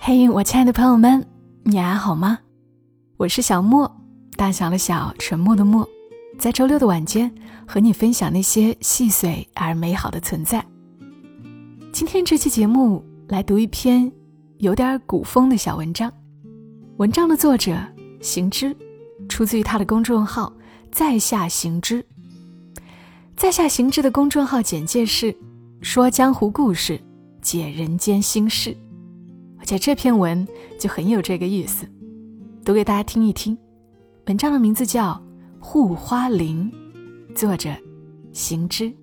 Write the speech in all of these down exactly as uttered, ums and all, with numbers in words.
嘿，我亲爱的朋友们，你还好吗？我是小莫，大小的小，沉默的默，在周六的晚间和你分享那些细碎而美好的存在。今天这期节目来读一篇有点古风的小文章，文章的作者行之，出自于他的公众号在下行之。在下行之的公众号简介是说江湖故事，解人间心事，而且这篇文就很有这个意思，读给大家听一听。文章的名字叫《护花林》，作者行之。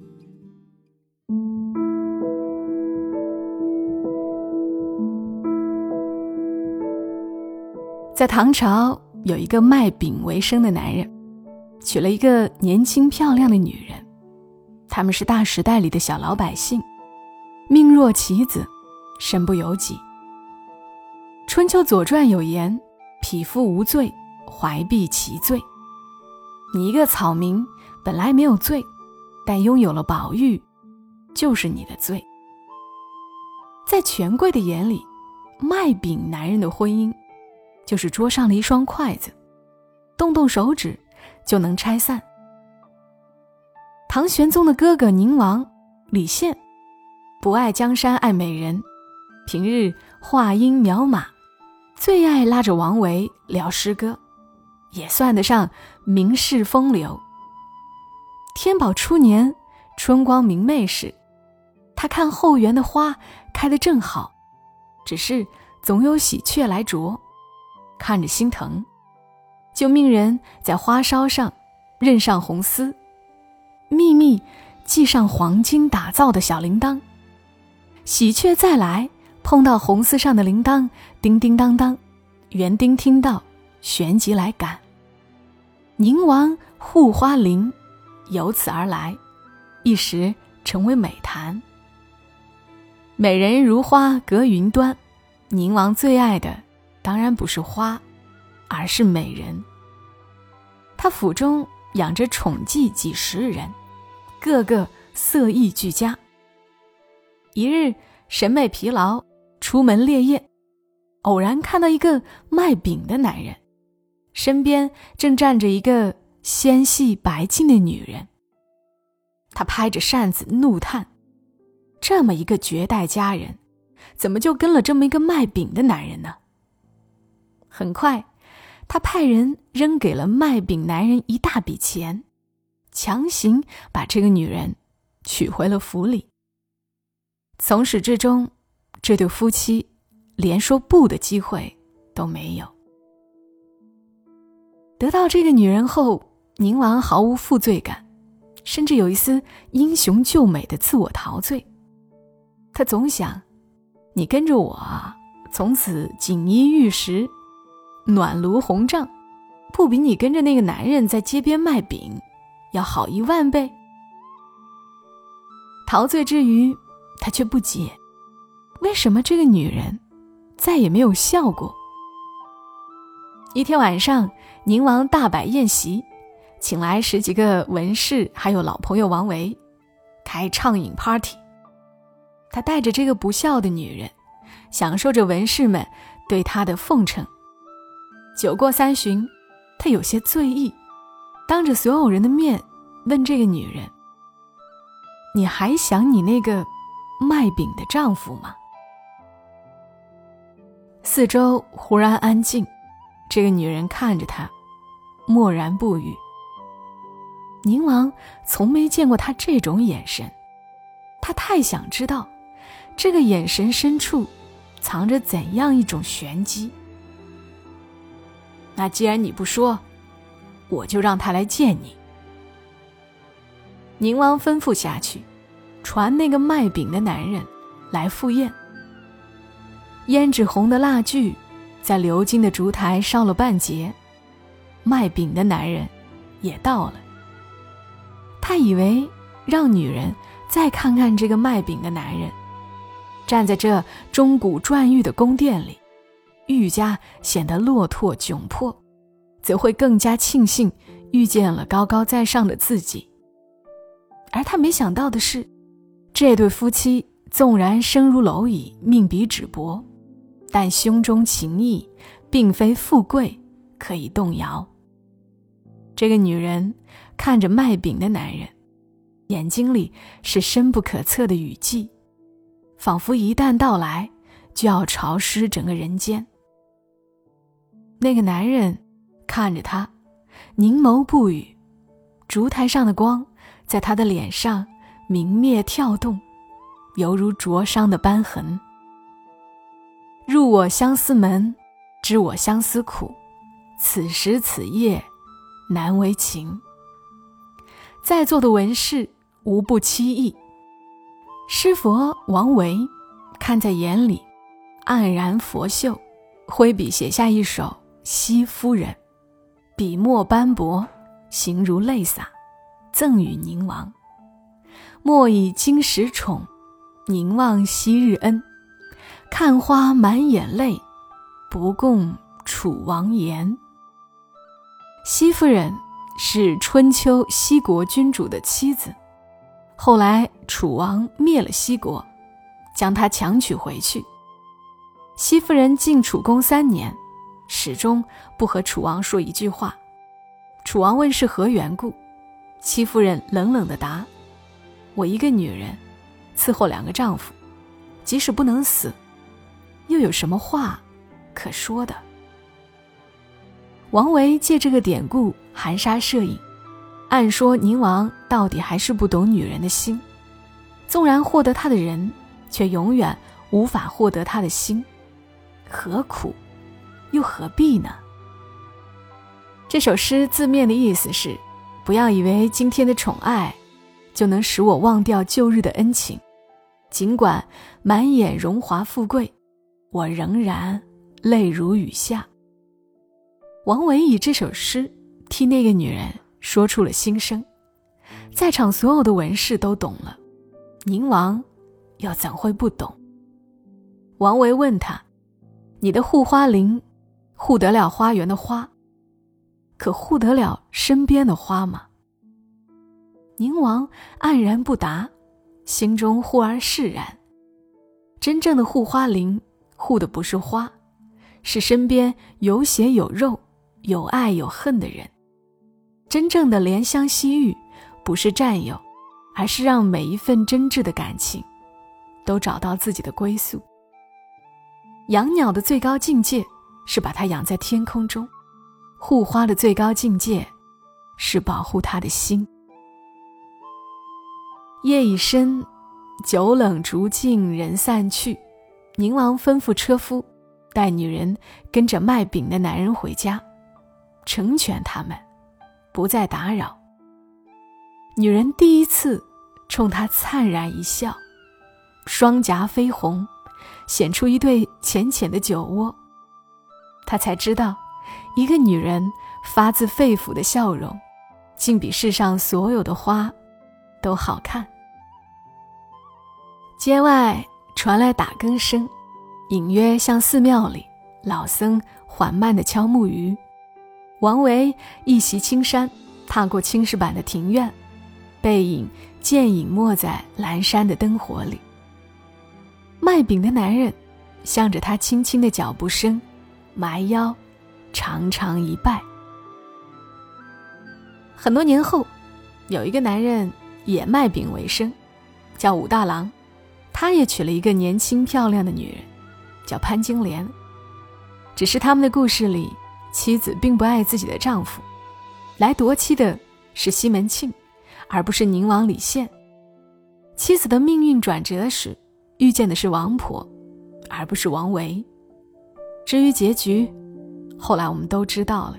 在唐朝，有一个卖饼为生的男人，娶了一个年轻漂亮的女人。他们是大时代里的小老百姓，命若棋子，身不由己。春秋左传有言，匹夫无罪，怀璧其罪。你一个草民本来没有罪，但拥有了宝玉，就是你的罪。在权贵的眼里，卖饼男人的婚姻就是桌上的一双筷子，动动手指就能拆散。唐玄宗的哥哥宁王李宪不爱江山爱美人，平日话音描马，最爱拉着王维聊诗歌，也算得上名士风流。天宝初年春光明媚时，他看后园的花开得正好，只是总有喜鹊来啄，看着心疼，就命人在花梢上认上红丝，秘密系上黄金打造的小铃铛。喜鹊再来，碰到红丝上的铃铛，叮叮当当，园丁听到，旋即来赶。宁王护花林由此而来，一时成为美谈。美人如花隔云端，宁王最爱的当然不是花，而是美人。他府中养着宠妓几十人，个个色艺俱佳。一日审美疲劳，出门猎艳，偶然看到一个卖饼的男人，身边正站着一个纤细白净的女人。他拍着扇子怒叹，这么一个绝代佳人，怎么就跟了这么一个卖饼的男人呢？很快他派人扔给了卖饼男人一大笔钱，强行把这个女人娶回了府里。从始至终，这对夫妻连说不的机会都没有。得到这个女人后，宁王毫无负罪感，甚至有一丝英雄救美的自我陶醉。他总想，你跟着我啊，从此锦衣玉食，暖炉红帐，不比你跟着那个男人在街边卖饼要好一万倍。陶醉之余，他却不解，为什么这个女人再也没有笑过。一天晚上，宁王大摆宴席，请来十几个文士还有老朋友王维，开畅饮 party。 他带着这个不孝的女人，享受着文士们对他的奉承。酒过三巡，他有些醉意，当着所有人的面问这个女人，你还想你那个卖饼的丈夫吗？四周忽然安静，这个女人看着他，默然不语。宁王从没见过他这种眼神，他太想知道这个眼神深处藏着怎样一种玄机。那既然你不说，我就让他来见你。宁王吩咐下去，传那个卖饼的男人来赴宴。胭脂红的蜡炬在鎏金的烛台烧了半截，卖饼的男人也到了。他以为让女人再看看这个卖饼的男人，站在这钟鼓馔玉的宫殿里，愈加显得落拓窘迫，则会更加庆幸遇见了高高在上的自己。而他没想到的是，这对夫妻纵然生如蝼蚁，命比纸薄， 但胸中情意并非富贵可以动摇。这个女人看着卖饼的男人，眼睛里是深不可测的雨季，仿佛一旦到来就要潮湿整个人间。那个男人看着她，凝眸不语，烛台上的光在他的脸上明灭跳动，犹如灼伤的斑痕。入我相思门，知我相思苦，此时此夜难为情。在座的文士无不期意，诗佛王维看在眼里，黯然佛袖，挥笔写下一首《西夫人》，笔墨斑驳，形如泪洒，赠与宁王。莫以今时宠，凝望昔日恩。看花满眼泪，不共楚王言。西夫人是春秋西国君主的妻子，后来楚王灭了西国，将她强娶回去。西夫人进楚宫三年，始终不和楚王说一句话。楚王问是何缘故，戚夫人冷冷地答：我一个女人伺候两个丈夫，即使不能死，又有什么话可说的？王维借这个典故含沙射影，暗说宁王到底还是不懂女人的心，纵然获得她的人，却永远无法获得她的心，何苦又何必呢？这首诗字面的意思是，不要以为今天的宠爱就能使我忘掉旧日的恩情，尽管满眼荣华富贵，我仍然泪如雨下。王维以这首诗替那个女人说出了心声，在场所有的文士都懂了，宁王又怎会不懂？王维问他：你的护花翎护得了花园的花，可护得了身边的花吗？宁王黯然不答，心中忽而释然。真正的护花翎护的不是花，是身边有血有肉有爱有恨的人。真正的怜香惜玉不是占有，而是让每一份真挚的感情都找到自己的归宿。养鸟的最高境界是把它养在天空中，护花的最高境界是保护它的心。夜已深，酒冷烛尽人散去，宁王吩咐车夫带女人跟着卖饼的男人回家，成全他们，不再打扰。女人第一次冲他灿然一笑，双颊绯红，显出一对浅浅的酒窝。他才知道，一个女人发自肺腑的笑容，竟比世上所有的花都好看。街外传来打更声，隐约像寺庙里老僧缓慢地敲木鱼。王维一袭青衫，踏过青石板的庭院，背影渐隐没在阑珊的灯火里。卖饼的男人向着他轻轻的脚步声，埋腰长长一拜。很多年后，有一个男人也卖饼为生，叫武大郎，他也娶了一个年轻漂亮的女人，叫潘金莲。只是他们的故事里，妻子并不爱自己的丈夫，来夺妻的是西门庆，而不是宁王李宪。妻子的命运转折时，遇见的是王婆，而不是王维。至于结局，后来我们都知道了。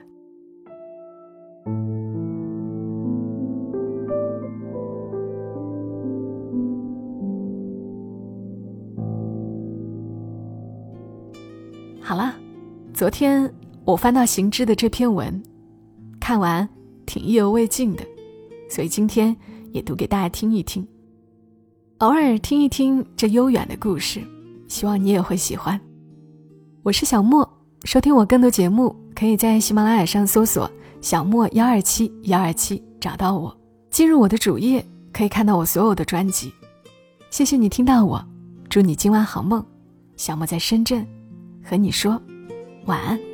好了，昨天我翻到行知的这篇文，看完挺意犹未尽的，所以今天也读给大家听一听。偶尔听一听这悠远的故事，希望你也会喜欢。我是小莫，收听我更多节目，可以在喜马拉雅上搜索小莫一二七一二七找到我，进入我的主页可以看到我所有的专辑。谢谢你听到我，祝你今晚好梦。小莫在深圳和你说晚安。